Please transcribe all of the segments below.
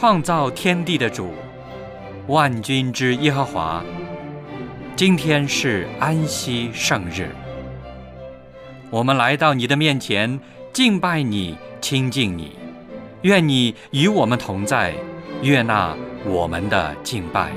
创造天地的主，万军之耶和华，今天是安息圣日。我们来到你的面前，敬拜你，亲近你。愿你与我们同在，悦纳我们的敬拜。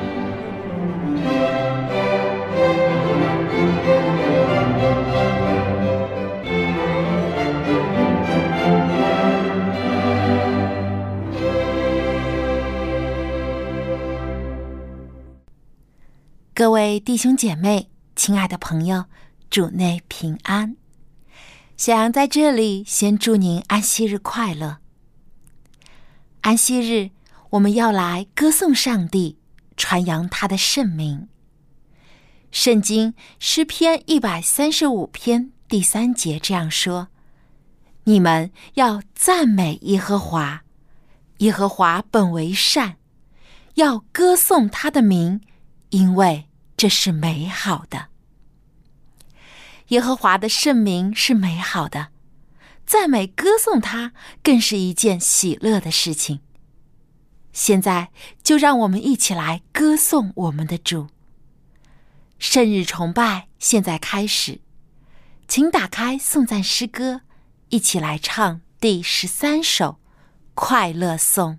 各位弟兄姐妹，亲爱的朋友，主内平安。小杨在这里先祝您安息日快乐。安息日，我们要来歌颂上帝，传扬他的圣名。圣经诗篇135篇第3节这样说：你们要赞美耶和华，耶和华本为善，要歌颂他的名，因为这是美好的。耶和华的圣名是美好的，赞美歌颂他更是一件喜乐的事情。现在就让我们一起来歌颂我们的主。圣日崇拜现在开始，请打开颂赞诗歌，一起来唱第13首《快乐颂》。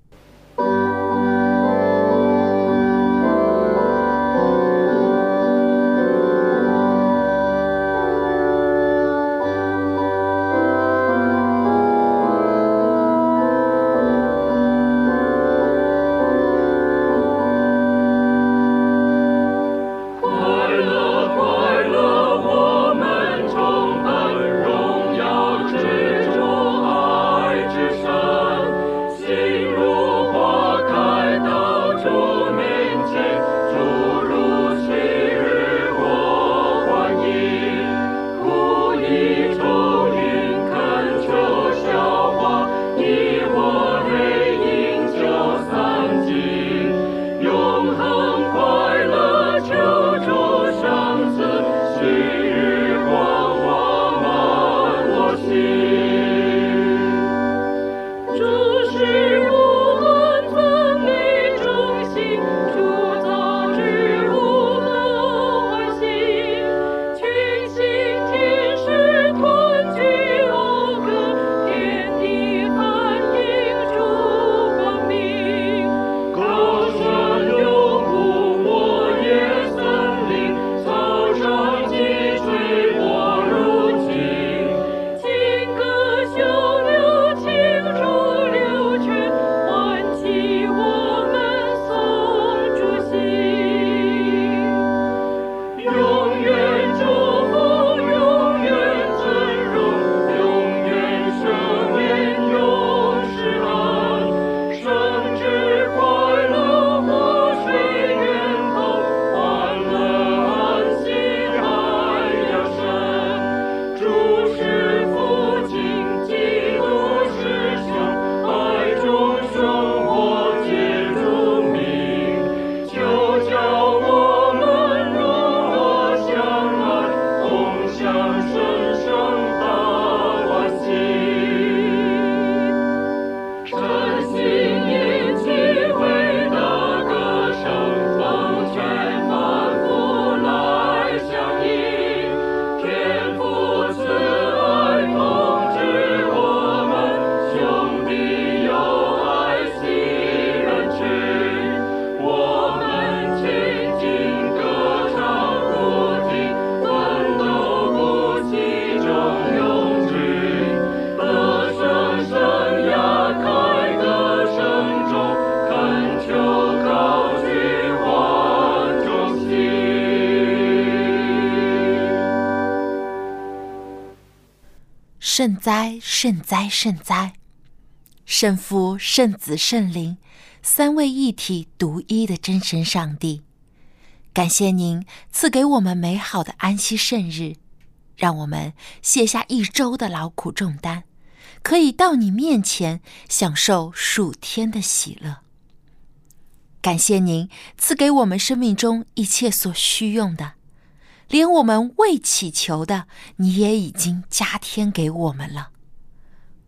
圣哉，圣哉，圣哉！圣父、圣子、圣灵，三位一体独一的真神上帝，感谢您赐给我们美好的安息圣日，让我们卸下一周的劳苦重担，可以到你面前享受属天的喜乐。感谢您赐给我们生命中一切所需用的，连我们未祈求的，你也已经加添给我们了。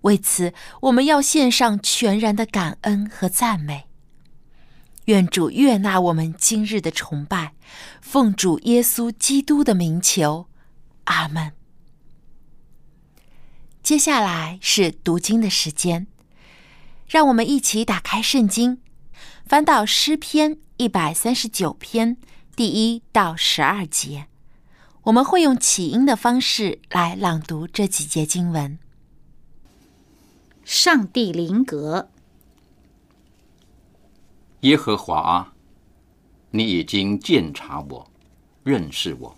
为此，我们要献上全然的感恩和赞美。愿主悦纳我们今日的崇拜，奉主耶稣基督的名求，阿们。接下来是读经的时间，让我们一起打开圣经，翻到诗篇139篇第1到12节。我们会用起音的方式来朗读这几节经文。 上帝灵格。 耶和华啊，你已经鉴察我，认识我。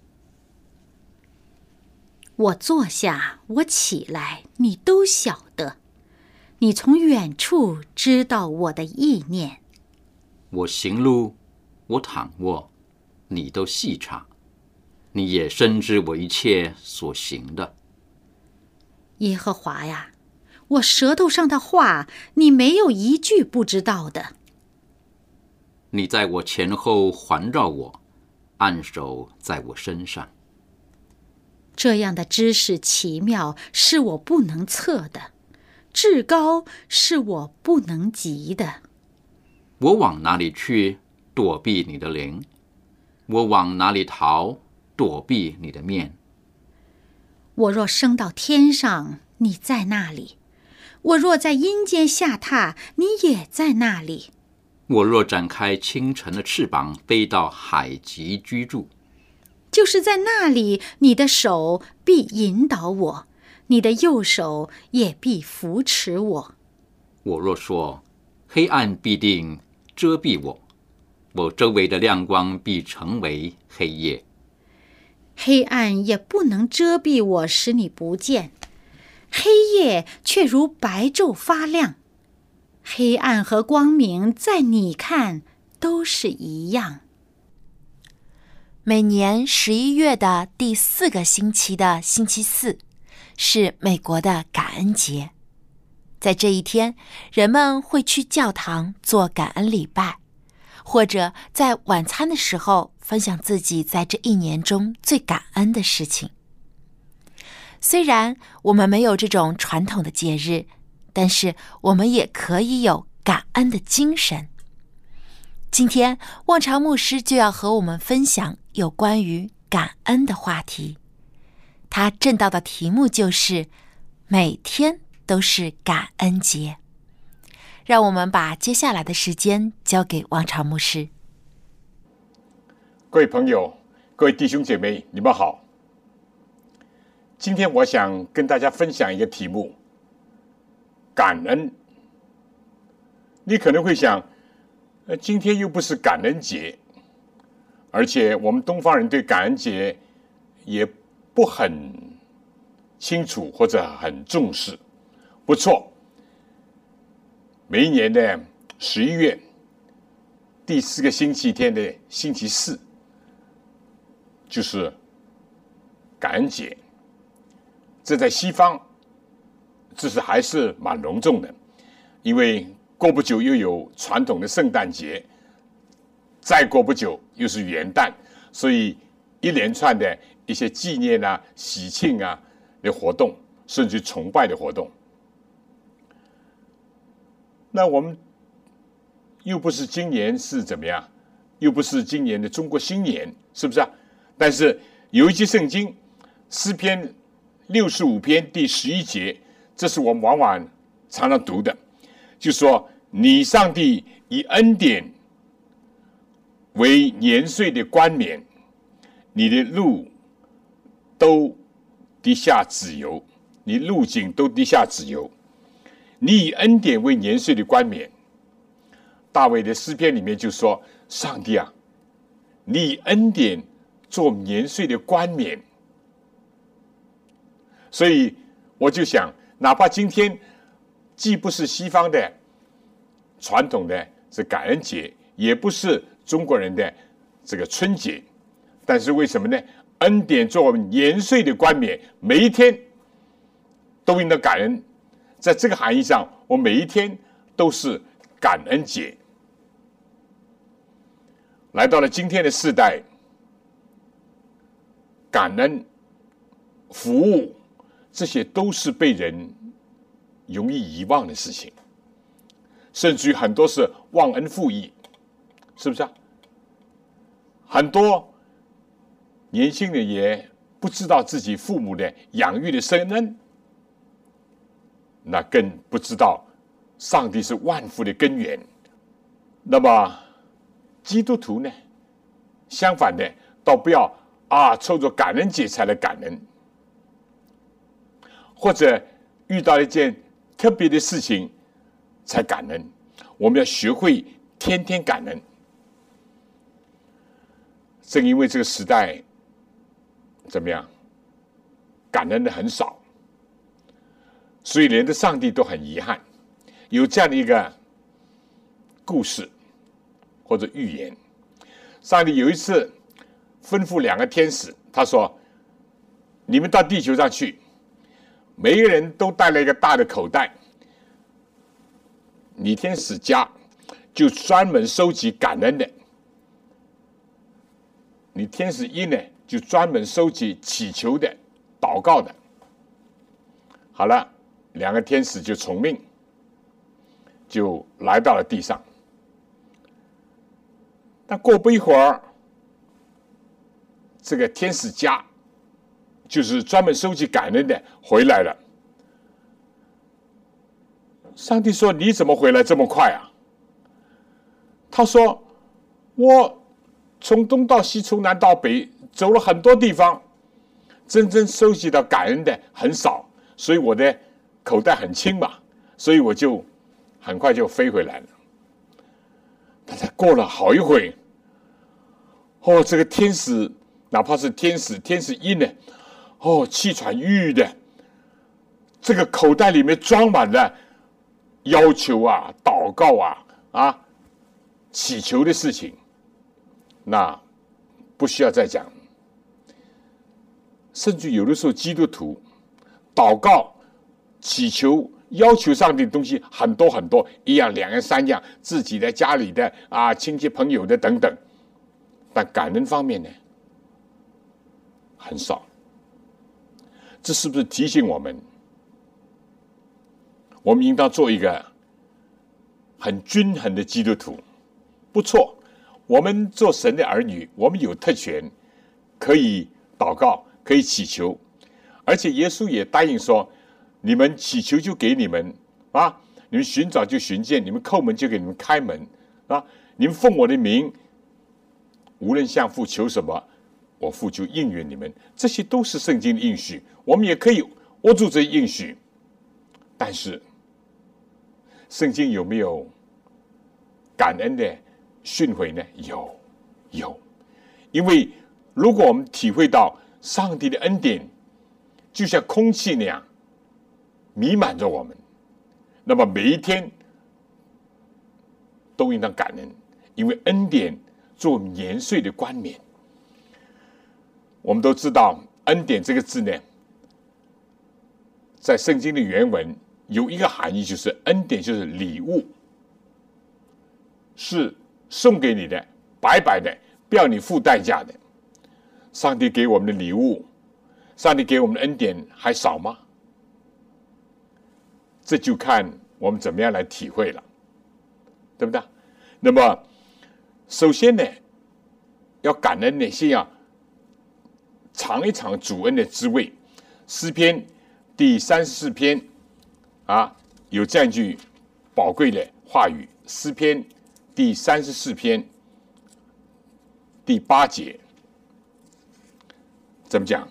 我坐下，我起来，你都晓得。你从远处知道我的意念。 我行路，我躺卧，你都细察。你也深知我一切所行的。 耶和华呀，我舌头上的话，你没有一句不知道的。 你在我前后环绕我，按手在我身上。 这样的知识奇妙，是我不能测的；至高，是我不能及的。 我往哪里去躲避你的灵？我往哪里逃躲避你的面？ 我若升到天上，你在那里；我若在阴间下榻，你也在那里。 我若展开清晨的翅膀，飞到海极居住， 就是在那里，你的手必引导我，你的右手也必扶持我。 我若说黑暗必定遮蔽我，我周围的亮光必成为黑夜。 黑暗也不能遮蔽我，使你不见；黑夜却如白昼发亮。黑暗和光明在你看都是一样。 每年11月的第4个星期的星期四，是美国的感恩节。在这一天，人们会去教堂做感恩礼拜，或者在晚餐的时候分享自己在这一年中最感恩的事情。虽然我们没有这种传统的节日，但是我们也可以有感恩的精神。今天，望潮牧师就要和我们分享有关于感恩的话题。他正道的题目就是每天都是感恩节。让我们把接下来的时间交给望潮牧师。 各位朋友，各位弟兄姐妹，你们好。今天我想跟大家分享一个题目，感恩。你可能会想，今天又不是感恩节，而且我们东方人对感恩节也不很清楚或者很重视。不错，每一年的11月第4个星期天的星期四，就是感恩节。这在西方，这是还是蛮隆重的，因为过不久又有传统的圣诞节，再过不久又是元旦，所以一连串的一些纪念啊、喜庆啊的活动，甚至崇拜的活动。那我们又不是今年是怎么样，又不是今年的中国新年，是不是啊？但是有一节圣经，诗篇65篇第11节，这是我们往往常常读的，就说你上帝以恩典为年岁的冠冕，你的路都滴下脂油，你路径都滴下脂油。你以恩典为年岁的冠冕。大卫的诗篇里面就说，上帝啊，你以恩典做年岁的冠冕。所以我就想，哪怕今天既不是西方的传统的这感恩节，也不是中国人的这个春节，但是为什么呢？恩典做我们年岁的冠冕，每一天都应当感恩。在这个含义上，我每一天都是感恩节。来到了今天的世代，感恩、服务，这些都是被人容易遗忘的事情，甚至于很多是忘恩负义，是不是啊？很多年轻人也不知道自己父母的养育的深恩，那更不知道上帝是万福的根源。那么基督徒呢，相反的，倒不要凑着感恩节才来感恩，或者遇到一件特别的事情才感恩。我们要学会天天感恩。正因为这个时代怎么样，感恩的很少，所以连的上帝都很遗憾。有这样的一个故事或者寓言，上帝有一次吩咐2个天使，他说：“你们到地球上去，每一个人都带了一个大的口袋，你天使家就专门收集感恩的，你天使一呢就专门收集祈求的、祷告的。”好了，2个天使就从命，就来到了地上。但过不一会儿，这个天使家就是专门收集感恩的回来了。上帝说：“你怎么回来这么快啊？”他说：“我从东到西，从南到北，走了很多地方，真正收集到感恩的很少，所以我的口袋很轻嘛，所以我就很快就飞回来了。”但是过了好一会，这个天使，哪怕是天使一呢，气喘吁吁的，这个口袋里面装满了要求啊、祷告啊、祈求的事情，那不需要再讲。甚至有的时候，基督徒祷告、祈求、要求上帝的东西很多很多，1样、2样、3样，自己的、家里的亲戚朋友的等等，但感恩方面呢，很少。这是不是提醒我们，我们应当做一个很均衡的基督徒？不错，我们做神的儿女，我们有特权，可以祷告，可以祈求，而且耶稣也答应说：“你们祈求就给你们你们寻找就寻见，你们叩门就给你们开门你们奉我的名，无论向父求什么，我父就应允你们。”这些都是圣经的应许，我们也可以握住这些应许。但是圣经有没有感恩的训诲呢？有。因为如果我们体会到上帝的恩典就像空气那样弥漫着我们，那么每一天都应当感恩，因为恩典做年岁的冠冕。我们都知道恩典这个字呢，在圣经的原文有一个含义，就是恩典就是礼物，是送给你的，白白的，不要你付代价的。上帝给我们的礼物，上帝给我们的恩典还少吗？这就看我们怎么样来体会了，对不对？那么首先呢，要感恩呢，先要尝一尝主恩的滋味。诗篇第34篇有这样一句宝贵的话语。诗篇第34篇第8节怎么讲？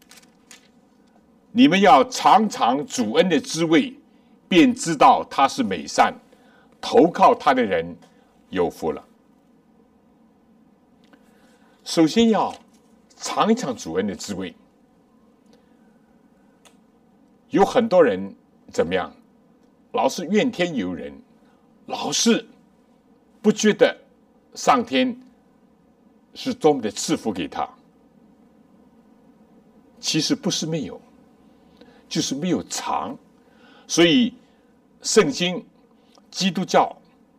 你们要尝尝主恩的滋味，便知道他是美善，投靠他的人有福了。首先要尝一尝主恩的滋味。有很多人怎么样？老是怨天尤人，老是不觉得上天是多么的赐福给他。其实不是没有，就是没有尝。所以圣经、基督教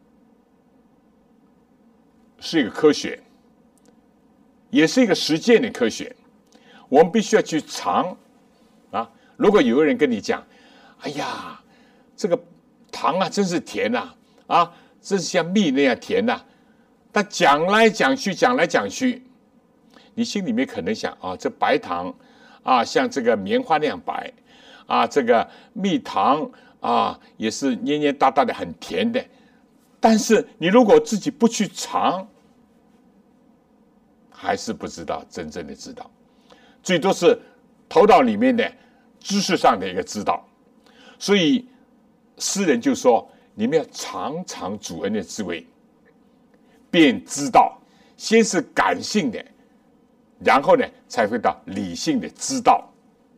是一个科学，也是一个实践的科学。我们必须要去尝如果有个人跟你讲：“哎呀， 这个糖啊，真是甜呐，真是像蜜那样甜呐。但讲来讲去，你心里面可能想这白糖像这个棉花那样白这个蜜糖也是黏黏哒哒的，很甜的。但是你如果自己不去尝，还是不知道真正的知道，最多是头脑里面的知识上的一个知道。所以诗人就说，你们要尝尝主恩的滋味，便知道。先是感性的，然后呢才会到理性的知道。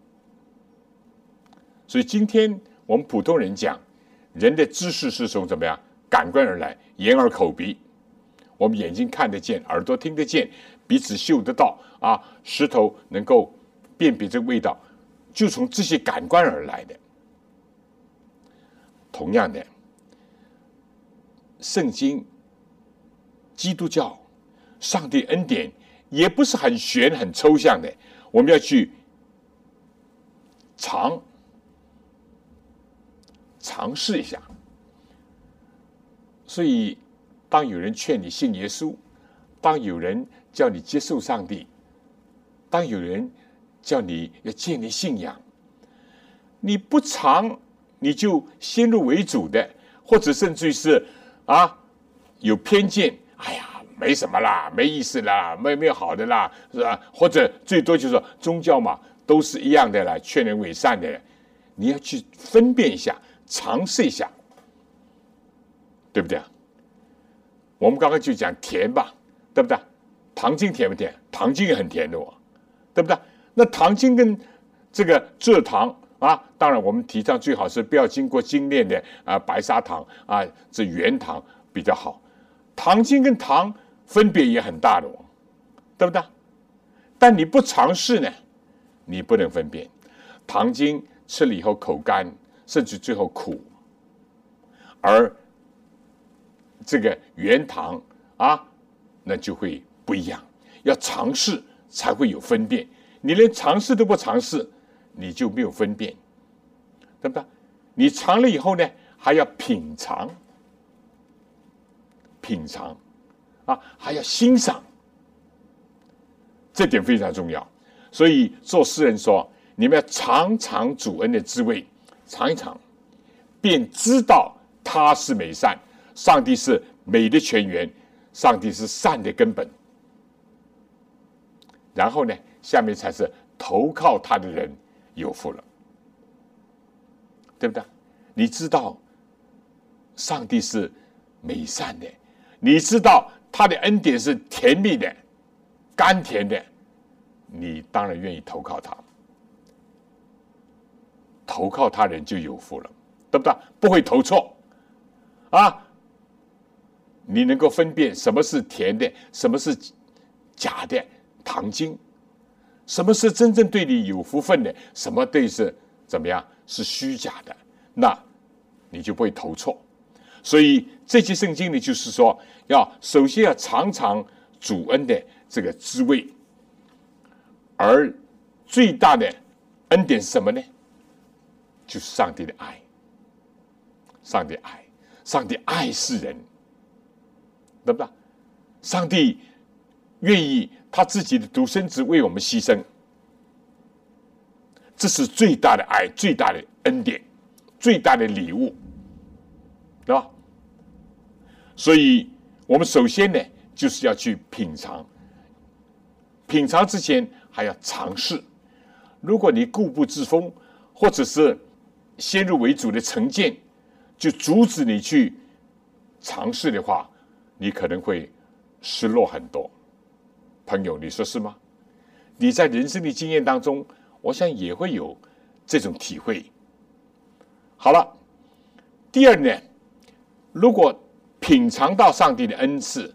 所以今天我们普通人讲，人的知识是从怎么样感官而来，眼耳口鼻。我们眼睛看得见，耳朵听得见，鼻子嗅得到舌头能够辨别这个味道，就从这些感官而来的。同样的，圣经、基督教、上帝恩典也不是很玄很抽象的，我们要去尝试一下。所以当有人劝你信耶稣，当有人叫你接受上帝，当有人叫你要建立信仰，你不尝，你就先入为主的，或者甚至于是有偏见，没什么啦，没意思啦，没有好的啦，是吧？或者最多就是说宗教嘛，都是一样的啦，劝人为善的。你要去分辨一下，尝试一下，对不对？我们刚刚就讲甜吧，对不对？糖精甜不甜？糖精也很甜的对不对？那糖精跟这个蔗糖当然我们提倡最好是不要经过精炼的白砂糖这原糖比较好。糖精跟糖分别也很大的对不对？但你不尝试呢，你不能分辨。糖精吃了以后口干，甚至最后苦，而这个原糖那就会不一样。要尝试才会有分辨，你连尝试都不尝试，你就没有分辨，对不对？你尝了以后呢，还要品尝还要欣赏，这点非常重要。所以做诗人说，你们要尝尝主恩的滋味，尝一尝，便知道他是美善，上帝是美的泉源，上帝是善的根本。然后呢，下面才是投靠他的人有福了，对不对？你知道上帝是美善的，你知道他的恩典是甜蜜的、甘甜的，你当然愿意投靠他。投靠他人就有福了，对不对？不会投错你能够分辨什么是甜的，什么是假的糖精，什么是真正对你有福分的，什么对是怎么样是虚假的，那你就不会投错。所以这些圣经里就是说，首先要尝尝主恩的这个滋味，而最大的恩典是什么呢？就是上帝的爱。上帝爱世人，对不对？上帝愿意他自己的独生子为我们牺牲，这是最大的爱，最大的恩典，最大的礼物，对吧？所以我们首先呢，就是要去品尝，品尝之前还要尝试。如果你固步自封，或者是先入为主的成见，就阻止你去尝试的话，你可能会失落很多。朋友，你说是吗？你在人生的经验当中，我想也会有这种体会。好了，第二呢，如果品尝到上帝的恩赐，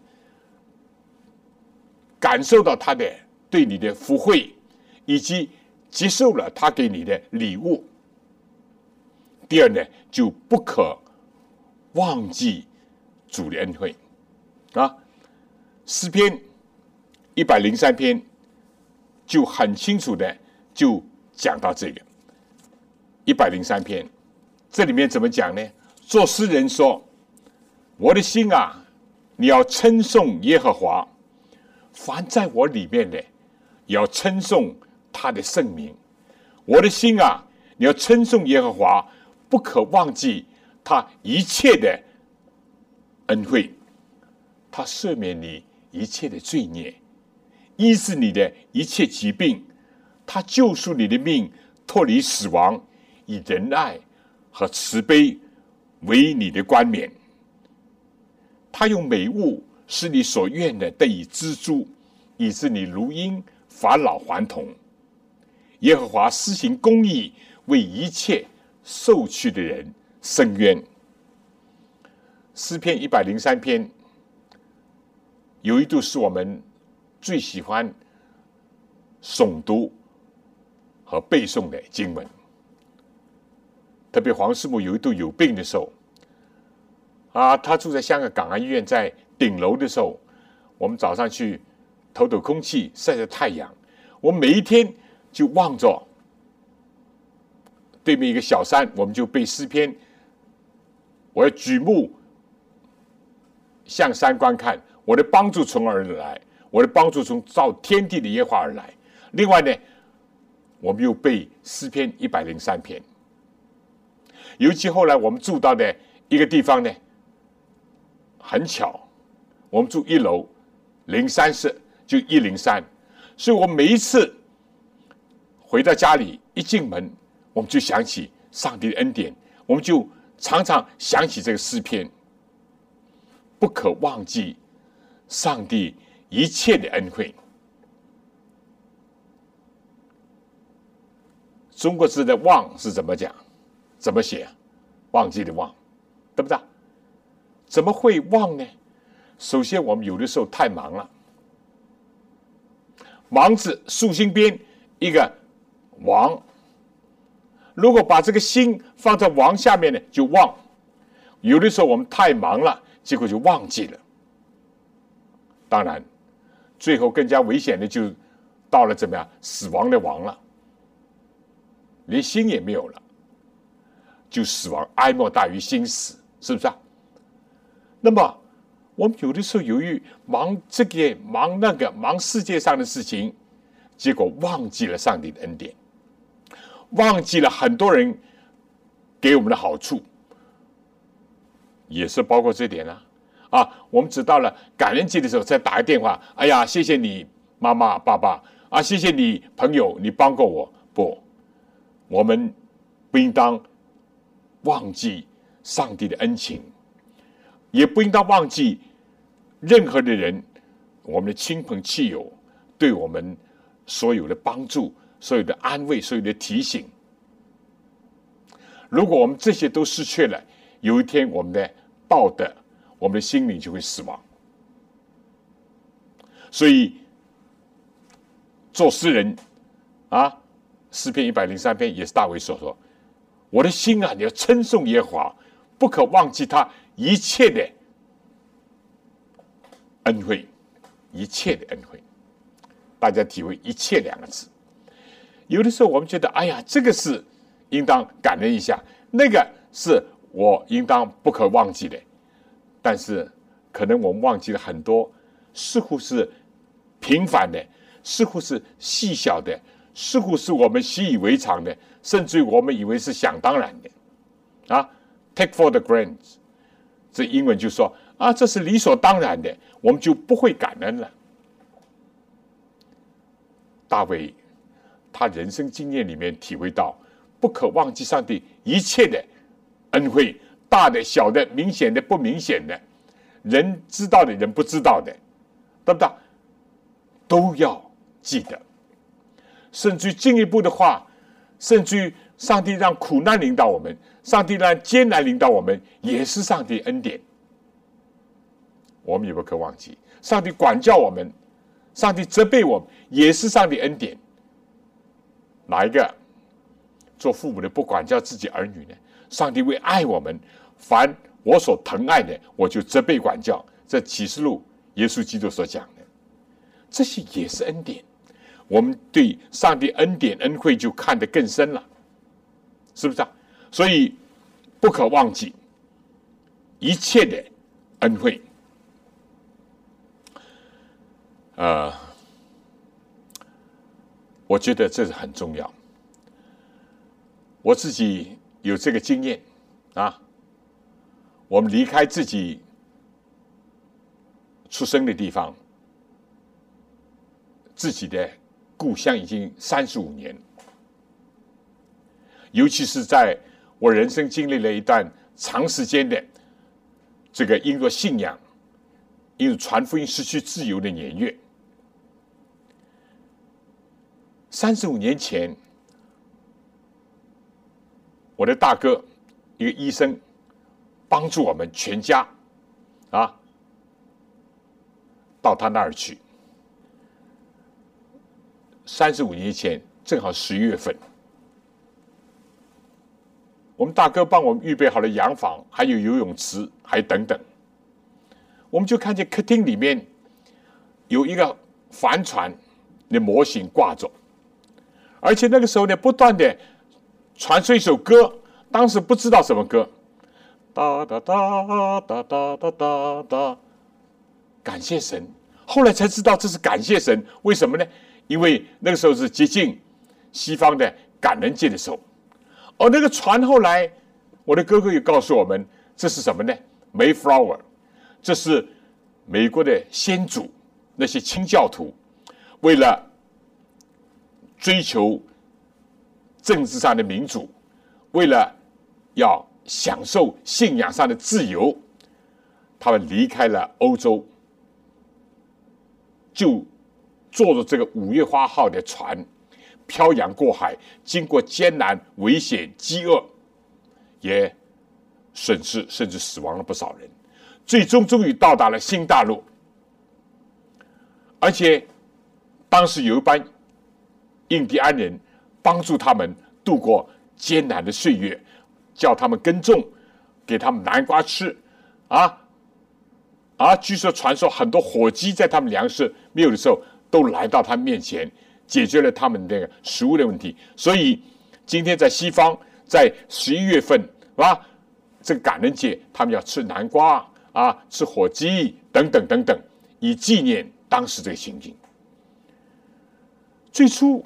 感受到他的对你的福惠，以及接受了他给你的礼物，第二呢，就不可忘记主的恩惠诗篇103篇就很清楚的就讲到这个。103篇这里面怎么讲呢？作诗人说：“我的心啊，你要称颂耶和华，凡在我里面的，也要称颂他的圣名。我的心啊，你要称颂耶和华，不可忘记他一切的恩惠。他赦免你一切的罪孽，医治你的一切疾病。他救赎你的命，脱离死亡，以仁爱和慈悲为你的冠冕。他用美物使你所愿的得以知足，以致你如鹰返老还童。耶和华施行公义，为一切受屈的人伸冤。”诗篇103篇有一度是我们最喜欢诵读和背诵的经文。特别黄师母有一度有病的时候他住在香港港安医院，在顶楼的时候，我们早上去透透空气，晒晒太阳。我每一天就望着对面一个小山，我们就背诗篇。我要举目向山观看，我的帮助从哪而来？我的帮助从造天地的耶和华而来。另外呢，我们又背诗篇103篇。尤其后来我们住到的一个地方呢，很巧，我们住1楼，03室就103，所以我每一次回到家里一进门，我们就想起上帝的恩典，我们就常常想起这个诗篇，不可忘记上帝一切的恩惠。中国字的忘是怎么讲？怎么写？忘记的忘，对不对？怎么会忘呢？首先，我们有的时候太忙了。忙字竖心边一个王，如果把这个心放在王下面呢，就忘。有的时候我们太忙了，结果就忘记了。当然，最后更加危险的就到了怎么样？死亡的亡了，连心也没有了，就死亡，哀莫大于心死，是不是啊？那么我们有的时候由于忙这个忙那个，忙世界上的事情，结果忘记了上帝的恩典，忘记了很多人给我们的好处，也是包括这点啦。我们只到了感恩节的时候再打个电话，哎呀，谢谢你妈妈爸爸谢谢你朋友，你帮过我。不，我们不应当忘记上帝的恩情，也不应当忘记任何的人，我们的亲朋戚友对我们所有的帮助、所有的安慰、所有的提醒。如果我们这些都失去了，有一天我们的道德、我们的心灵就会死亡。所以做诗人诗篇103篇也是大卫所说：“我的心啊，你要称颂耶和华，不可忘记他一切的恩惠，一切的恩惠。”大家体会“一切”两个字。有的时候我们觉得，哎呀，这个是应当感恩一下，那个是我应当不可忘记的。但是可能我们忘记了很多，似乎是平凡的，似乎是细小的，似乎是我们习以为常的，甚至于我们以为是想当然的take for the granted， 这英文就说这是理所当然的，我们就不会感恩了。大卫他人生经验里面体会到，不可忘记上帝一切的恩惠，大的小的，明显的不明显的，人知道的人不知道的，对不对？都要记得。甚至进一步的话，甚至于上帝让苦难临到我们，上帝让艰难临到我们，也是上帝恩典。我们也不可忘记，上帝管教我们，上帝责备我们，也是上帝恩典。哪一个做父母的不管教自己儿女呢？上帝为爱我们，凡我所疼爱的，我就责备管教。这启示录耶稣基督所讲的，这些也是恩典。我们对上帝恩典恩惠就看得更深了，是不是所以不可忘记一切的恩惠。我觉得这是很重要。我自己有这个经验啊，我们离开自己出生的地方，自己的故乡已经35年，尤其是在我人生经历了一段长时间的这个因为信仰、因为传福音失去自由的年月。35年前，我的大哥一个医生帮助我们全家啊到他那儿去。35年前正好11月份，我们大哥帮我们预备好了洋房，还有游泳池，还等等。我们就看见客厅里面有一个帆船的模型挂着，而且那个时候呢，不断的传出一首歌，当时不知道什么歌，哒哒哒哒哒哒哒哒，感谢神。后来才知道这是感谢神，为什么呢？因为那个时候是接近西方的感恩节的时候。而那个船后来，我的哥哥也告诉我们，这是什么呢？ Mayflower， 这是美国的先祖，那些清教徒为了追求政治上的民主，为了要享受信仰上的自由，他们离开了欧洲，就坐着这个五月花号的船漂洋过海，经过艰难、危险、饥饿，也损失甚至死亡了不少人，最终终于到达了新大陆。而且当时有一班印第安人帮助他们度过艰难的岁月，叫他们耕种，给他们南瓜吃据说传说很多火鸡在他们粮食没有的时候都来到他们面前，解决了他们那个食物的问题。所以今天在西方，在11月份这个感恩节，他们要吃南瓜吃火鸡等等等等，以纪念当时这个情景。最初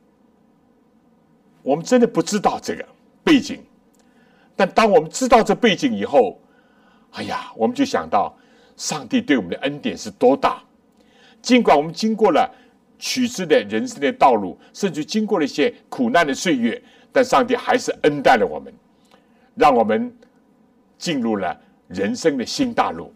我们真的不知道这个背景，但当我们知道这背景以后，我们就想到上帝对我们的恩典是多大。尽管我们经过了曲折的人生的道路，甚至经过了一些苦难的岁月，但上帝还是恩待了我们，让我们进入了人生的新大陆。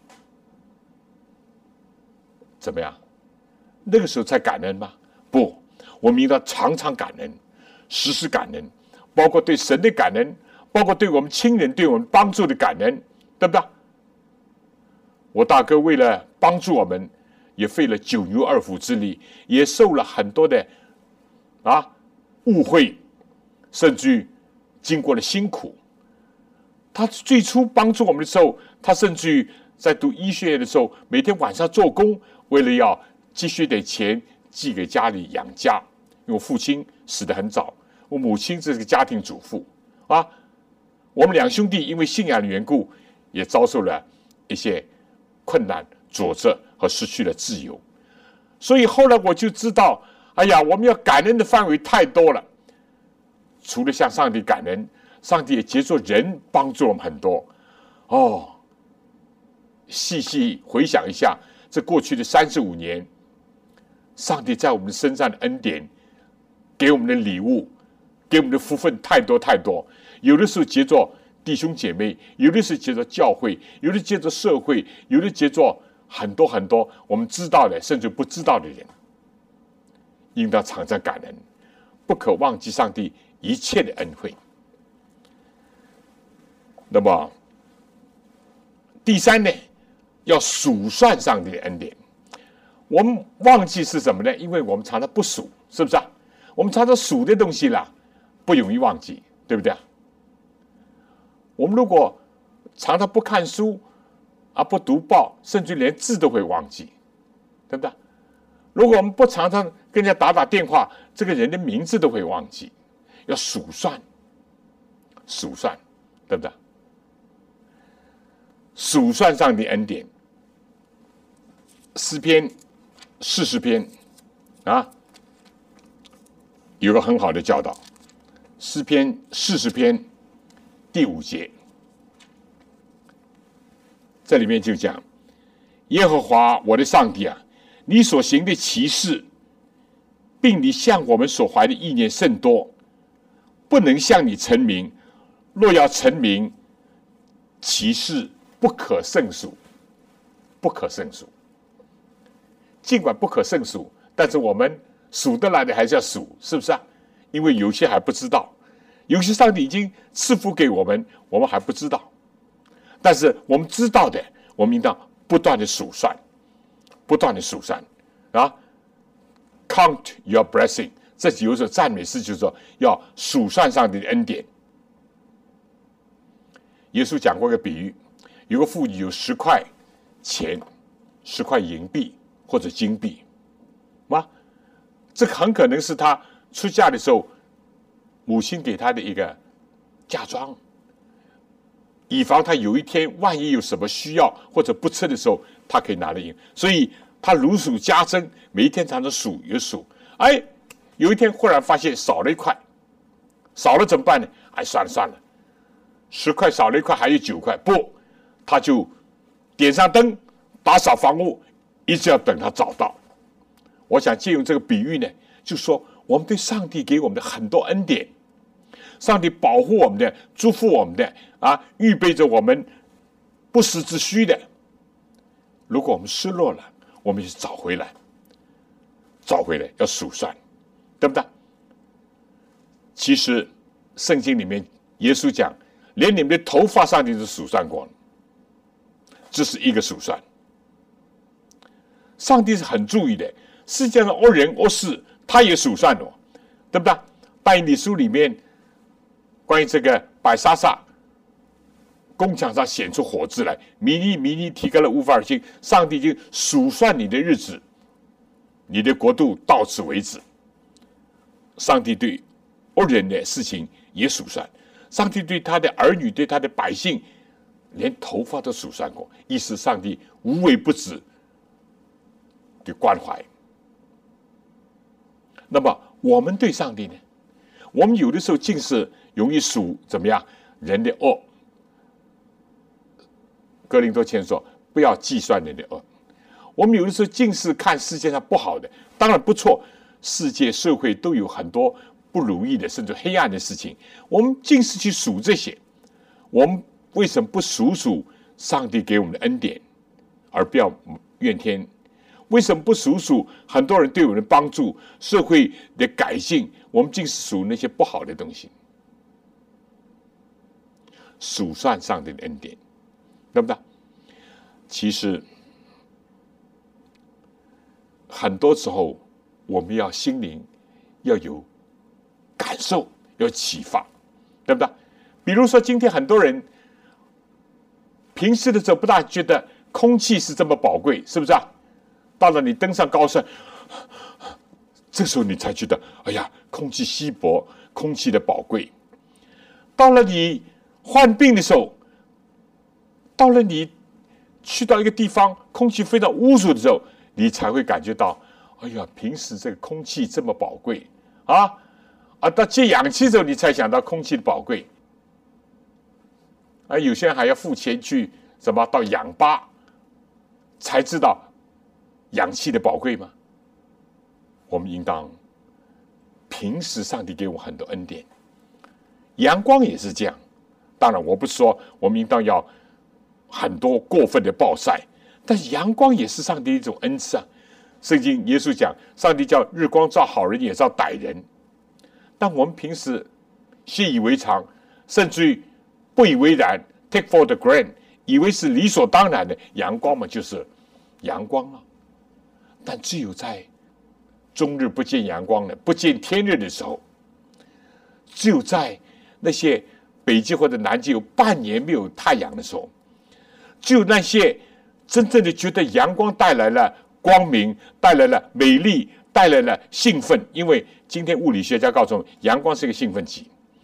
怎么样？那个时候才感恩吗？不，我们应当常常感恩，时时感恩，包括对神的感恩，包括对我们亲人对我们帮助的感恩，对不对？我大哥为了帮助我们，也费了9牛2虎之力，也受了很多的误会，甚至经过了辛苦。他最初帮助我们的时候，他甚至于在读医学院的时候，每天晚上做工，为了要积蓄点钱寄给家里养家。因为我父亲死得很早，我母亲这是个家庭主妇我们两兄弟因为信仰的缘故，也遭受了一些困难、挫折和失去了自由。所以后来我就知道，我们要感恩的范围太多了。除了向上帝感恩，上帝也借助人帮助我们很多。细细回想一下，这过去的35年，上帝在我们身上的恩典，给我们的礼物，给我们的福分太多太多。有的时候借助弟兄姐妹，有的是借助教会，有的借助社会，有的借助很多很多我们知道的甚至不知道的人，应当常常感恩，不可忘记上帝一切的恩惠。那么第三呢，要数算上帝的恩典。我们忘记是什么呢？因为我们常常不数，是不是我们常常数的东西啦，不容易忘记，对不对我们如果常常不看书不读报，甚至连字都会忘记，对不对？如果我们不常常跟人家打电话，这个人的名字都会忘记。要数算，对不对？ 数算上帝恩典。诗篇40篇啊，有个很好的教导。诗篇40篇第5节，这里面就讲：耶和华我的上帝啊，你所行的奇事，并你向我们所怀的意念甚多，不能向你陈明。若要陈明，其事不可胜数，不可胜数。尽管不可胜数，但是我们数得来的还是要数，是不是啊？因为有些还不知道，有些上帝已经赐福给我们，我们还不知道。但是我们知道的，我们应当不断的数算，不断的数算啊 ！Count your blessing， 这有时候赞美诗就是说要数算上帝的恩典。耶稣讲过一个比喻，有个妇女有10块钱、10块银币或者金币，这个很可能是她出嫁的时候母亲给她的一个嫁妆，以防她有一天万一有什么需要或者不测的时候，她可以拿来用。所以她如数家珍，每一天常常数有数。有一天忽然发现少了1块，少了怎么办呢？算了，10块少了1块，还有9块，不，他就点上灯，打扫房屋，一直要等他找到。我想借用这个比喻呢，就说我们对上帝给我们的很多恩典，上帝保护我们的，祝福我们的预备着我们不时之需的。如果我们失落了，我们就找回来要数算，对不对？其实圣经里面耶稣讲，连你们的头发上帝都数算过了，这是一个数算。上帝是很注意的，世界上恶人恶事他也数算了，对不对？但以理书里面关于这个白沙撒宫墙上显出火字来，弥尼提高了乌法尔星，上帝就数算你的日子，你的国度到此为止。上帝对恶人的事情也数算，上帝对他的儿女，对他的百姓，连头发都数算过，意思上帝无微不至的关怀。那么我们对上帝呢？我们有的时候竟是容易数怎么样人的恶。哥林多前说，不要计算人的恶。我们有的时候竟是看世界上不好的，当然不错，世界社会都有很多不如意的，甚至黑暗的事情，我们竟是去数这些。我们为什么不数数上帝给我们的恩典，而不要怨天？为什么不数数很多人对我们的帮助，社会的改进？我们竟是数那些不好的东西，数算上帝的恩典，对不对？其实很多时候我们要心灵要有感受，要启发，对不对？比如说今天很多人平时的时候不大觉得空气是这么宝贵，是不是啊？到了你登上高山，这时候你才觉得，哎呀，空气稀薄，空气的宝贵。到了你患病的时候，到了你去到一个地方，空气非常污浊的时候，你才会感觉到，哎呀，平时这个空气这么宝贵到接氧气的时候，你才想到空气的宝贵。有些人还要付钱去到氧吧，才知道氧气的宝贵吗？我们应当平时上帝给我很多恩典，阳光也是这样。当然，我不是说我们应当要很多过分的暴晒，但是阳光也是上帝一种恩赐啊。圣经耶稣讲，上帝叫日光照好人也照歹人，但我们平时习以为常，甚至于不以为然 ，take for the granted， 以为是理所当然的。阳光嘛，就是阳光了。但只有在终日不见阳光的、不见天日的时候，只有在那些北极或者南极有半年没有太阳的时候，只有那些真正的觉得阳光带来了光明，带来了美丽，带来了兴奋。因为今天物理学家告诉我们，阳光是一个兴奋剂。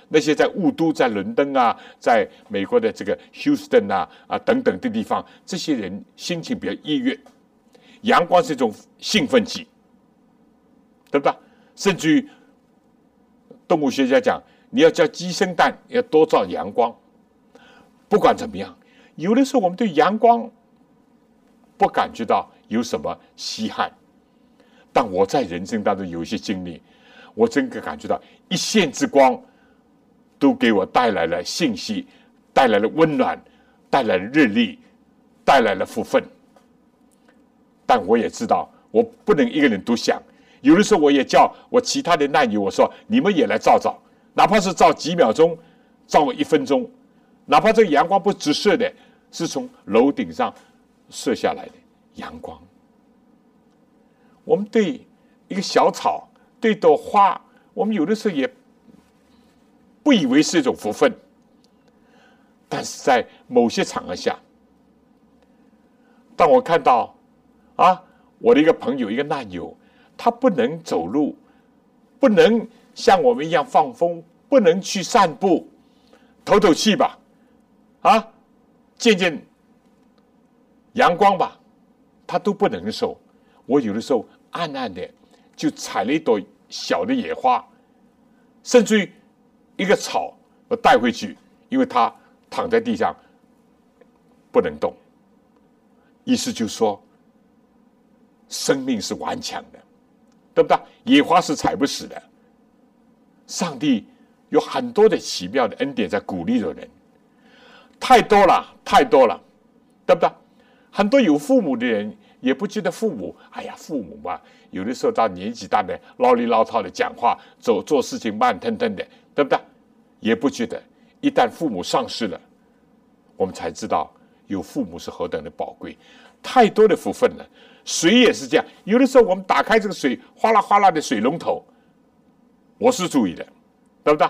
那些在雾都、在伦敦啊，在美国的这个休斯顿啊等等的地方，这些人心情比较愉悦。阳光是一种兴奋剂，对不对？甚至于动物学家讲，你要叫鸡生蛋，要多照阳光。不管怎么样，有的时候我们对阳光不感觉到有什么稀罕，但我在人生当中有一些经历，我真的感觉到一线之光都给我带来了信息，带来了温暖，带来了日丽，带来了福分。但我也知道我不能一个人独享，有的时候我也叫我其他的难友，我说你们也来照照，哪怕是照几秒钟，照我1分钟，哪怕这个阳光不直射的，是从楼顶上射下来的阳光。我们对一个小草，对一朵花，我们有的时候也不以为是一种福分，但是在某些场合下，当我看到我的一个朋友，一个难友，他不能走路，不能像我们一样放风，不能去散步，透透气吧，见见阳光吧，他都不能受。我有的时候暗暗的就采了一朵小的野花，甚至于一个草我带回去，因为他躺在地上不能动。意思就是说，生命是顽强的，对不对？野花是踩不死的。上帝有很多的奇妙的恩典在鼓励着人，太多了，太多了，对不对？很多有父母的人也不觉得父母，父母嘛，有的时候到年纪大的唠里唠叨的讲话，做事情慢腾腾的，对不对？也不觉得，一旦父母丧失了，我们才知道有父母是何等的宝贵，太多的福分了。水也是这样，有的时候我们打开这个水，哗啦哗啦的水龙头，我是注意的，对不对？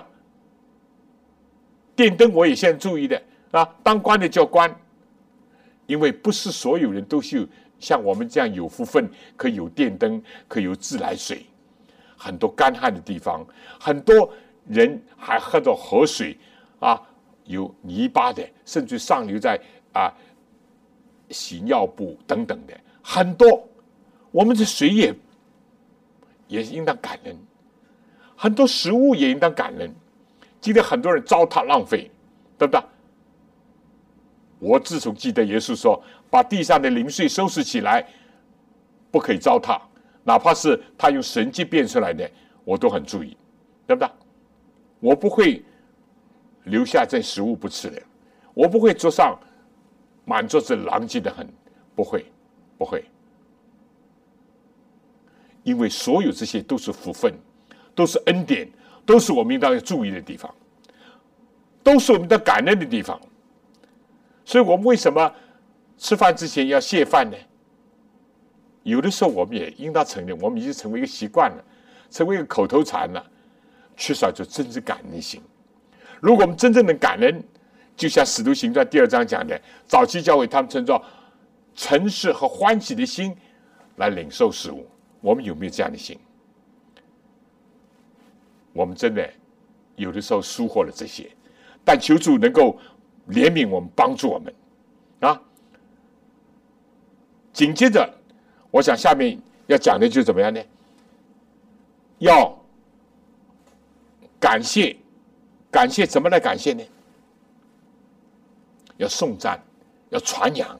电灯我也现在注意的当关的叫关，因为不是所有人都是像我们这样有福分，可以有电灯，可以有自来水。很多干旱的地方，很多人还喝到河水有泥巴的，甚至上流在洗尿布等等的，很多。我们的水也应当感恩，很多食物也应当感恩。今天很多人糟蹋浪费，对不对？我自从记得耶稣说，把地上的零碎收拾起来，不可以糟蹋，哪怕是他用神迹变出来的，我都很注意，对不对？我不会留下这食物不吃的，我不会桌上满桌子狼藉的很，不会，因为所有这些都是福分，都是恩典，都是我们应当要注意的地方，都是我们的感恩的地方。所以我们为什么吃饭之前要谢饭呢？有的时候我们也应当承认，我们已经成为一个习惯了，成为一个口头禅了，缺少就真正感恩心。如果我们真正的感恩，就像《使徒行传》2章讲的，早期教会他们称作诚实和欢喜的心来领受事物。我们有没有这样的心？我们真的有的时候疏忽了这些，但求主能够怜悯我们，帮助我们紧接着我想下面要讲的就是怎么样呢？要感谢怎么来感谢呢？要颂赞，要传扬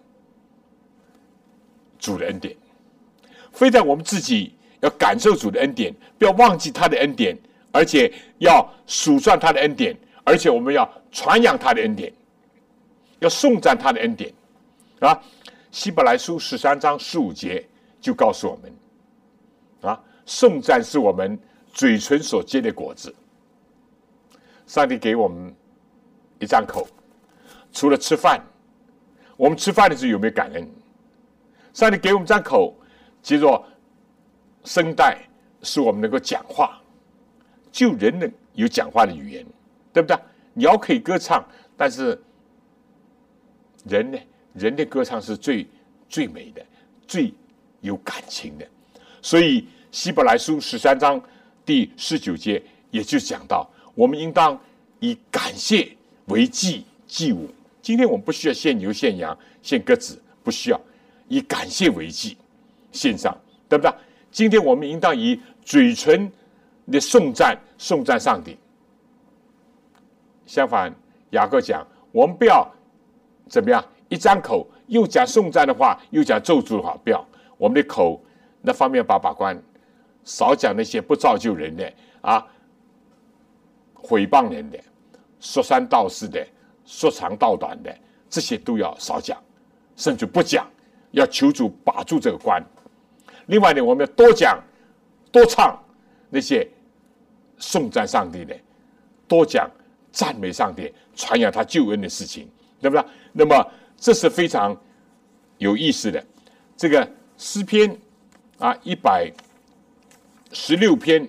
主的恩典。非但我们自己要感受主的恩典，不要忘记他的恩典，而且要数算他的恩典，而且我们要传扬他的恩典，要颂赞他的恩典希伯来书13章15节就告诉我们颂赞是我们嘴唇所结的果子。上帝给我们一张口，除了吃饭，我们吃饭的时候有没有感恩？上帝给我们一张口，接着声带使我们能够讲话，就人能有讲话的语言，对不对？鸟可以歌唱，但是人呢？人的歌唱是最美的，最有感情的。所以希伯来书13章第19节也就讲到，我们应当以感谢为祭物。今天我们不需要献牛、献羊、献鸽子，不需要，以感谢为祭献上，对不对？今天我们应当以嘴唇的颂赞上帝。相反，雅各讲，我们不要怎么样，一张口又讲颂赞的话，又讲咒诅的话，不要。我们的口那方面把关，少讲那些不造就人的毁谤人的、说三道四的、说长道短的，这些都要少讲，甚至不讲，要求主把住这个关。另外呢，我们要多讲、多唱那些颂赞上帝的，多讲赞美上帝、传扬他救恩的事情，对不对？那么这是非常有意思的。这个诗篇116篇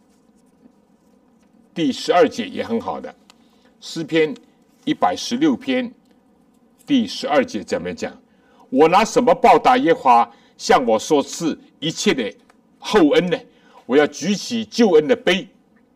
第12节也很好的。诗篇116篇第12节怎么讲？我拿什么报答耶和华向我所赐一切的厚恩呢？我要举起救恩的杯，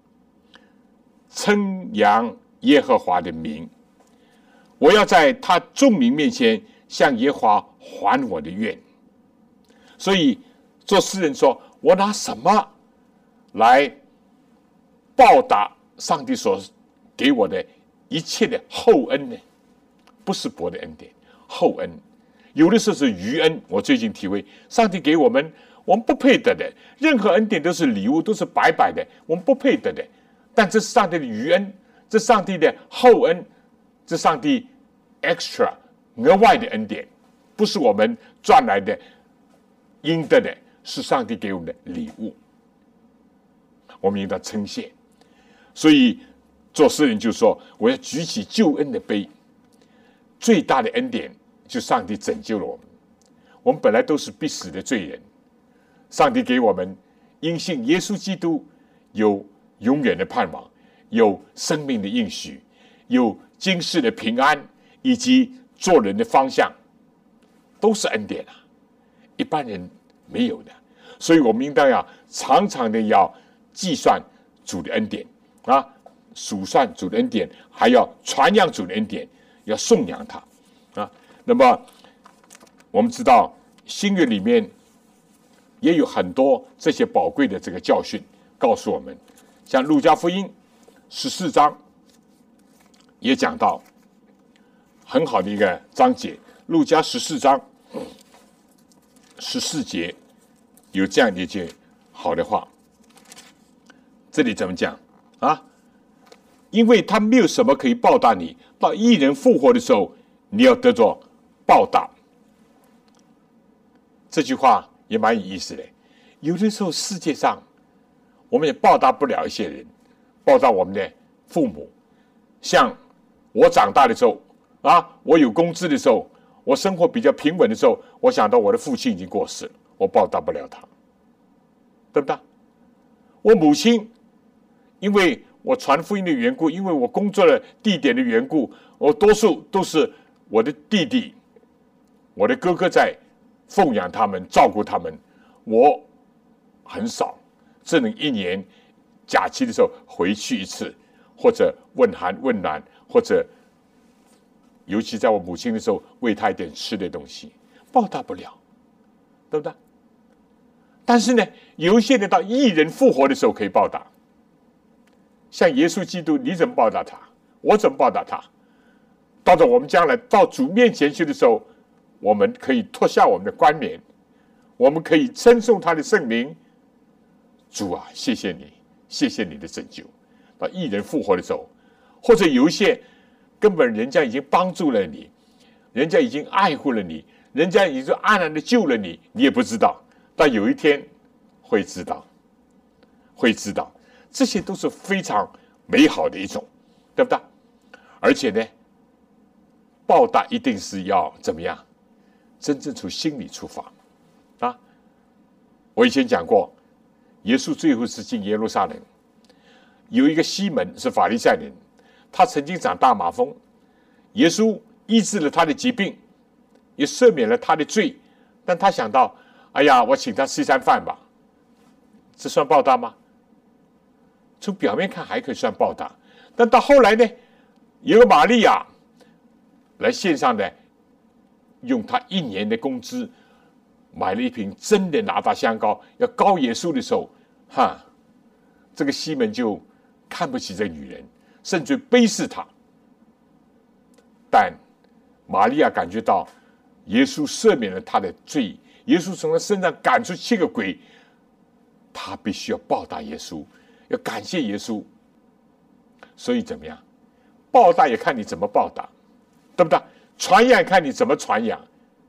称扬耶和华的名。我要在他众民面前向耶和华还我的愿。所以做诗人说，我拿什么来报答上帝所给我的一切的厚恩呢？不是薄的恩典，厚恩。有的时候是余恩。我最近体会，上帝给我们不配得的，任何恩典都是礼物，都是白白的，我们不配得的。但这是上帝的余恩，这是上帝的厚恩，这是上帝 extra 额外的恩典，不是我们赚来的应得的，是上帝给我们的礼物，我们应当称谢。所以做诗人就说，我要举起救恩的杯。最大的恩典就上帝拯救了我们，我们本来都是必死的罪人，上帝给我们因信耶稣基督有永远的盼望，有生命的应许，有今世的平安，以及做人的方向，都是恩典一般人没有的。所以我们应当要常常的要计算主的恩典数算主的恩典，还要传扬主的恩典，要颂扬他那么我们知道新约里面也有很多这些宝贵的这个教训告诉我们，像路加福音14章也讲到很好的一个章节。路加14章14节有这样的一句好的话，这里怎么讲因为他没有什么可以报答你，到义人复活的时候，你要得着报答。这句话也蛮有意思的。有的时候世界上我们也报答不了一些人，报答我们的父母。像我长大的时候我有工资的时候，我生活比较平稳的时候，我想到我的父亲已经过世了，我报答不了他，对不对？我母亲因为我传福音的缘故，因为我工作的地点的缘故，我多数都是我的弟弟、我的哥哥在奉养他们、照顾他们，我很少，只能一年假期的时候回去一次，或者问寒问暖，或者尤其在我母亲的时候喂她一点吃的东西，报答不了，对不对？但是呢，有一些人到义人复活的时候可以报答。像耶稣基督，你怎么报答他？我怎么报答他？到了我们将来到主面前去的时候，我们可以脱下我们的冠冕，我们可以称颂他的圣名。主啊，谢谢你，谢谢你的拯救。到义人复活的时候，或者有一些根本人家已经帮助了你，人家已经爱护了你，人家已经安然的救了你，你也不知道，但有一天会知道，会知道。这些都是非常美好的一种，对不对？而且呢，报答一定是要怎么样？真正从心里出发我以前讲过，耶稣最后是进耶路撒冷，有一个西门是法利赛人，他曾经长大麻风，耶稣医治了他的疾病，也赦免了他的罪，但他想到，哎呀，我请他吃一餐饭吧，这算报答吗？从表面看还可以算报答， 但到后来呢，有个玛利亚来献上的，用她1年的工资买了一瓶真的拿大香膏，要膏耶稣的时候，这个西门就看不起这个女人，甚至卑视她。但玛利亚感觉到耶稣赦免了她的罪，耶稣从她身上赶出7个鬼，她必须要报答耶稣，要感谢耶稣。所以怎么样？报答也看你怎么报答，对不对？传扬看你怎么传扬。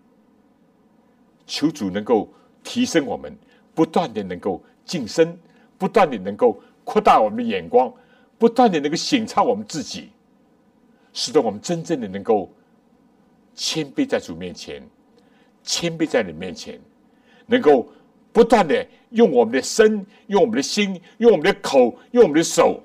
求主能够提升我们，不断的能够晋升，不断的能够扩大我们的眼光，不断的能够省察我们自己，使得我们真正的能够谦卑在主面前，谦卑在你面前，能够不断的用我们的身，用我们的心，用我们的口，用我们的手，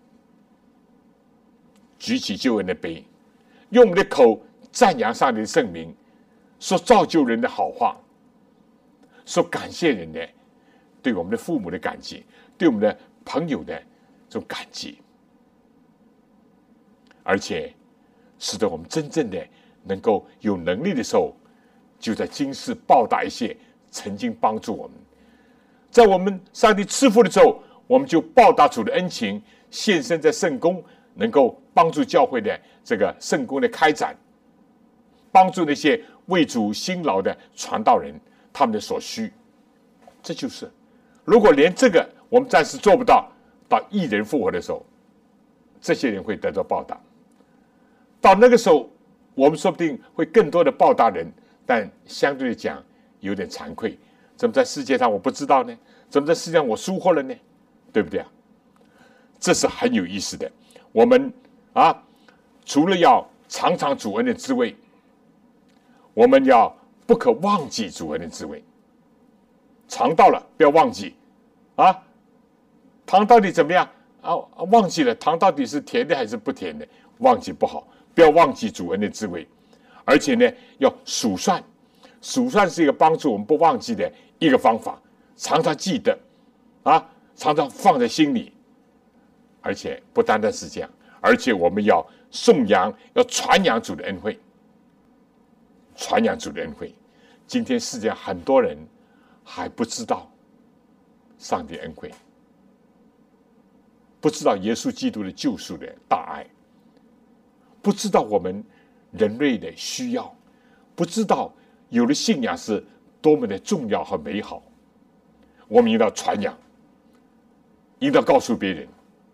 举起救恩的杯，用我们的口赞扬上帝的圣名，说造就人的好话，说感谢人的，对我们的父母的感激，对我们的朋友的这种感激，而且使得我们真正的能够有能力的时候，就在今世报答一些曾经帮助我们，在我们上帝赐福的时候，我们就报答主的恩情，献身在圣工，能够帮助教会的这个圣工的开展，帮助那些为主辛劳的传道人他们的所需。这就是如果连这个我们暂时做不到，到义人复活的时候，这些人会得到报答。到那个时候，我们说不定会更多的报答人，但相对的讲有点惭愧，怎么在世界上我不知道呢？怎么在世界上我疏忽了呢？对不对啊？这是很有意思的。我们除了要尝尝主恩的滋味，我们要不可忘记主恩的滋味。尝到了不要忘记糖到底怎么样忘记了糖到底是甜的还是不甜的，忘记不好，不要忘记主恩的滋味。而且呢，要数算，数算是一个帮助我们不忘记的一个方法，常常记得常常放在心里。而且不单单是这样，而且我们要颂扬，要传扬主的恩惠，传扬主的恩惠。今天世界上很多人还不知道上帝恩惠，不知道耶稣基督的救赎的大爱，不知道我们人类的需要，不知道有了信仰是多么的重要和美好。我们应当传扬，应当告诉别人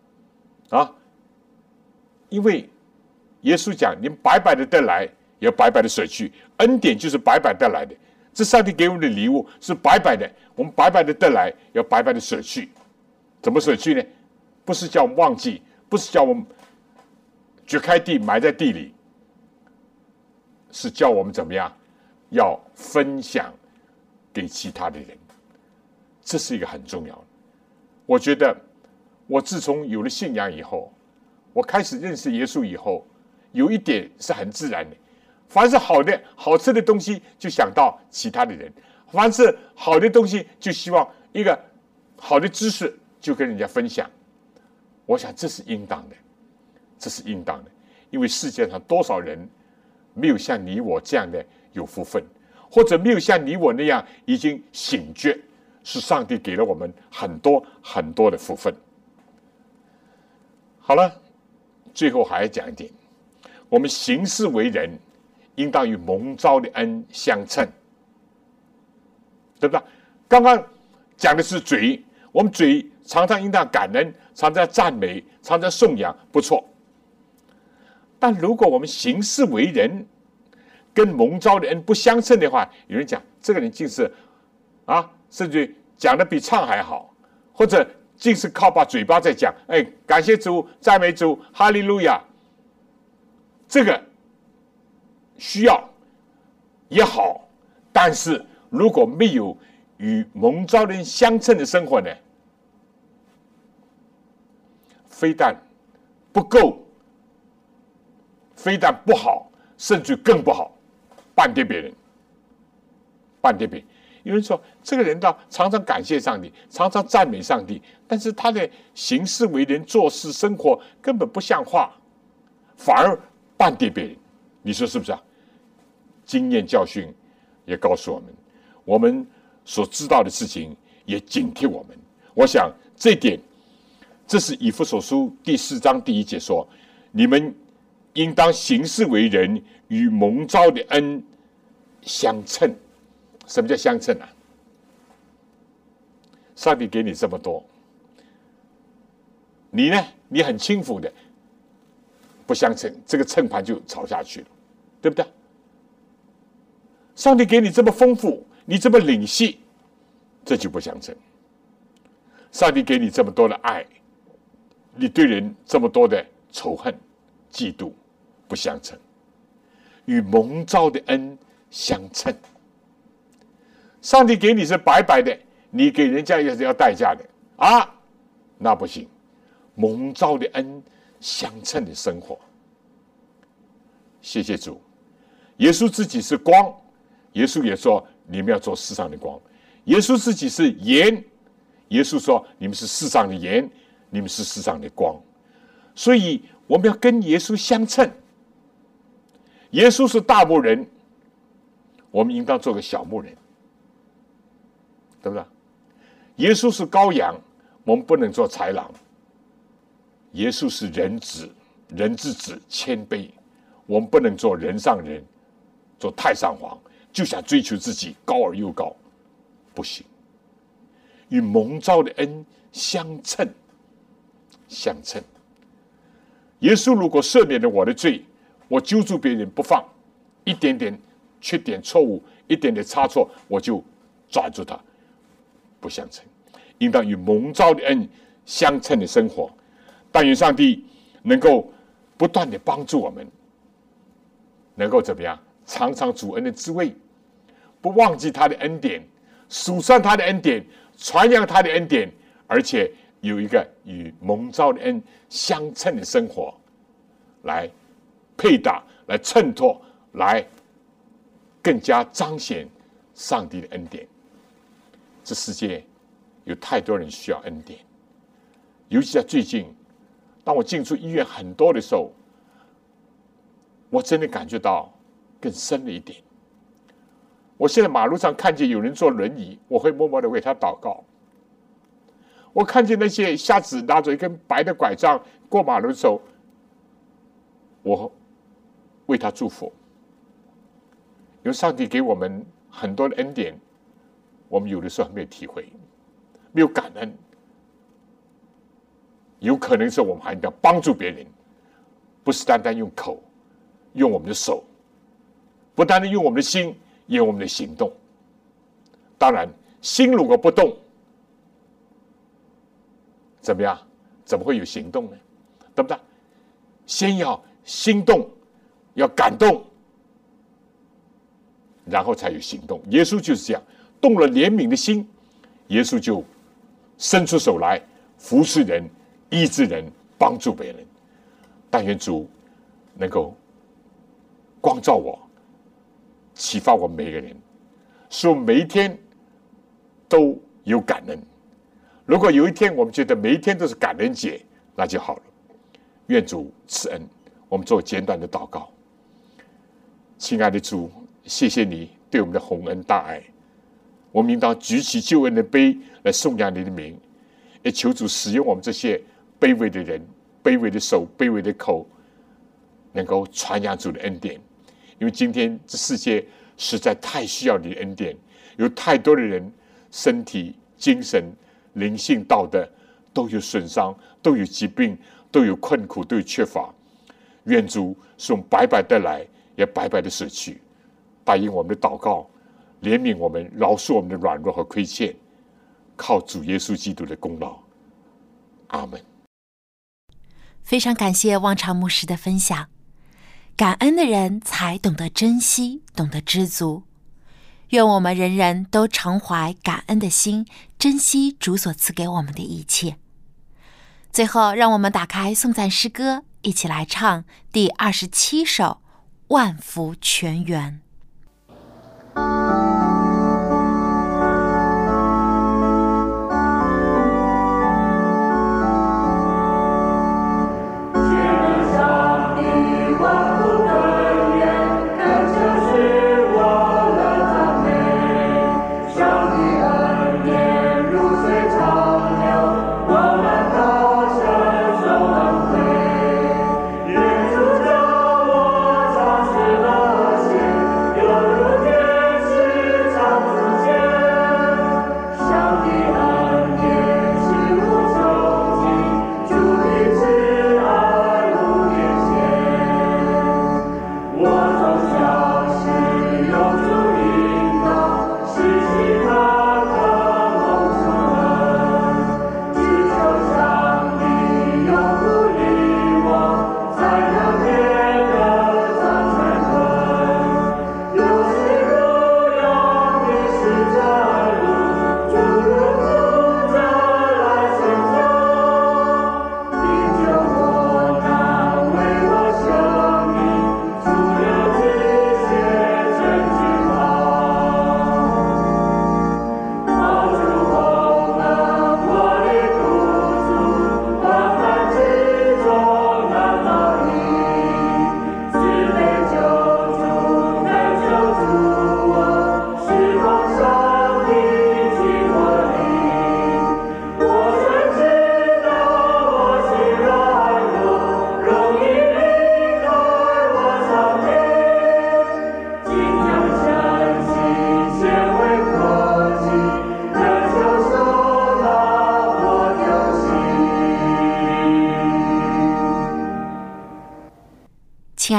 因为耶稣讲，你们白白的得来，也要白白的舍去，恩典就是白白得来的，这上帝给我们的礼物是白白的，我们白白的得来，要白白的舍去。怎么舍去呢？不是叫我们忘记，不是叫我们掘开地埋在地里，是叫我们怎么样？要分享给其他的人，这是一个很重要的。我觉得我自从有了信仰以后，我开始认识耶稣以后，有一点是很自然的，凡是好的好吃的东西就想到其他的人，凡是好的东西就希望一个好的知识就跟人家分享。我想这是应当的，这是应当的，因为世界上多少人没有像你我这样的有福分，或者没有像你我那样已经醒觉，是上帝给了我们很多很多的福分。好了，最后还要讲一点，我们行事为人应当与蒙召的恩相称，对不对？刚刚讲的是嘴，我们嘴常常应当感恩，常常赞美，常常颂扬，不错。但如果我们行事为人跟蒙召的恩不相称的话，有人讲这个人竟是甚至讲的比唱还好，或者竟是靠把嘴巴在讲，感谢主，赞美主，哈利路亚。这个需要也好，但是如果没有与蒙召人相称的生活呢，非但不够，非但不好，甚至更不好，半跌别人，半跌别人。 有人说这个人常常感谢上帝，常常赞美上帝，但是他的行事为人、做事生活根本不像话，反而绊跌别人。你说是不是啊？经验教训也告诉我们，我们所知道的事情也警惕我们。我想这一点，这是以弗所书第4章第1节说：你们应当行事为人，与蒙召的恩相称。什么叫相称啊？上帝给你这么多，你呢？你很轻浮的，不相称，这个秤盘就吵下去了，对不对？上帝给你这么丰富，你这么领细，这就不相称。上帝给你这么多的爱，你对人这么多的仇恨、嫉妒，不相称。与蒙召的恩相称。上帝给你是白白的，你给人家也是要代价的啊，那不行。蒙召的恩相称的生活，谢谢主。耶稣自己是光，耶稣也说你们要做世上的光。耶稣自己是盐，耶稣说你们是世上的盐，你们是世上的光。所以我们要跟耶稣相称。耶稣是大牧人，我们应当做个小牧人，对不对？耶稣是羔羊，我们不能做豺狼。耶稣是人子，人之子，谦卑，我们不能做人上人，做太上皇，就想追求自己高而又高，不行。与蒙召的恩相称，相称。耶稣如果赦免了我的罪，我揪住别人不放，一点点缺点错误，一点点差错，我就抓住他，不相称。应当与蒙召的恩相称的生活。但愿上帝能够不断的帮助我们，能够怎么样？尝尝主恩的滋味，不忘记他的恩典，数算他的恩典，传扬他的恩典，而且有一个与蒙召的恩相称的生活，来配搭，来衬托，来更加彰显上帝的恩典。这世界有太多人需要恩典，尤其在最近，当我进出医院很多的时候，我真的感觉到更深了一点。我现在马路上看见有人坐轮椅，我会默默的为他祷告。我看见那些瞎子拿着一根白的拐杖过马路的时候，我为他祝福。因为上帝给我们很多的恩典，我们有的时候还没有体会，没有感恩。有可能是我们还要帮助别人，不是单单用口，用我们的手，不单单用我们的心，也用我们的行动。当然，心如果不动，怎么样？怎么会有行动呢？对不对？先要心动，要感动，然后才有行动。耶稣就是这样，动了怜悯的心，耶稣就伸出手来服侍人，医治人，帮助别人。但愿主能够光照我，启发我们每个人，使我们每一天都有感恩。如果有一天我们觉得每一天都是感恩节，那就好了。愿主赐恩。我们做简短的祷告。亲爱的主，谢谢你对我们的宏恩大爱，我们应当举起救恩的杯来颂扬你的名，也求主使用我们这些卑微的人、卑微的手、卑微的口，能够传扬主的恩典。因为今天这世界实在太需要你的恩典，有太多的人身体、精神、灵性、道德都有损伤，都有疾病，都有困苦，都有缺乏。愿主使我们白白得来，也白白的舍去。答应我们的祷告，怜悯我们，饶恕我们的软弱和亏欠，靠主耶稣基督的功劳。阿们。 非常感谢望潮牧师的分享。感恩的人才懂得珍惜，懂得知足。愿我们人人都常怀感恩的心，珍惜主所赐给我们的一切。最后，让我们打开颂赞诗歌，一起来唱第27首《万福全圆》。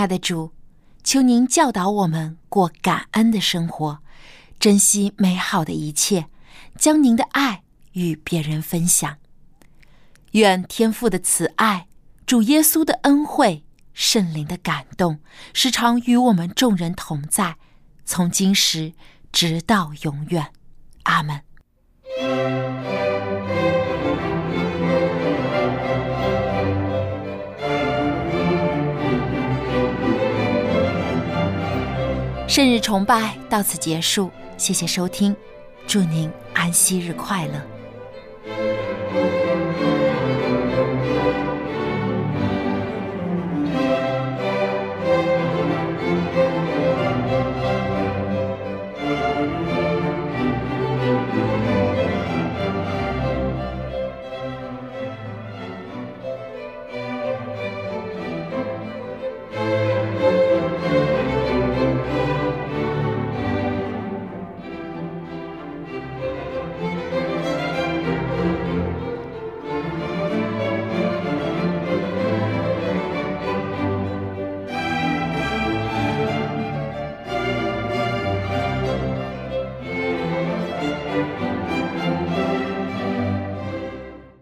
的主，求您教导我们过感恩的生活，珍惜美好的一切，将您的爱与别人分享。愿天父的慈爱、主耶稣的恩惠、圣灵的感动，时常与我们众人同在，从今时直到永远。阿们。圣日崇拜到此结束，谢谢收听，祝您安息日快乐。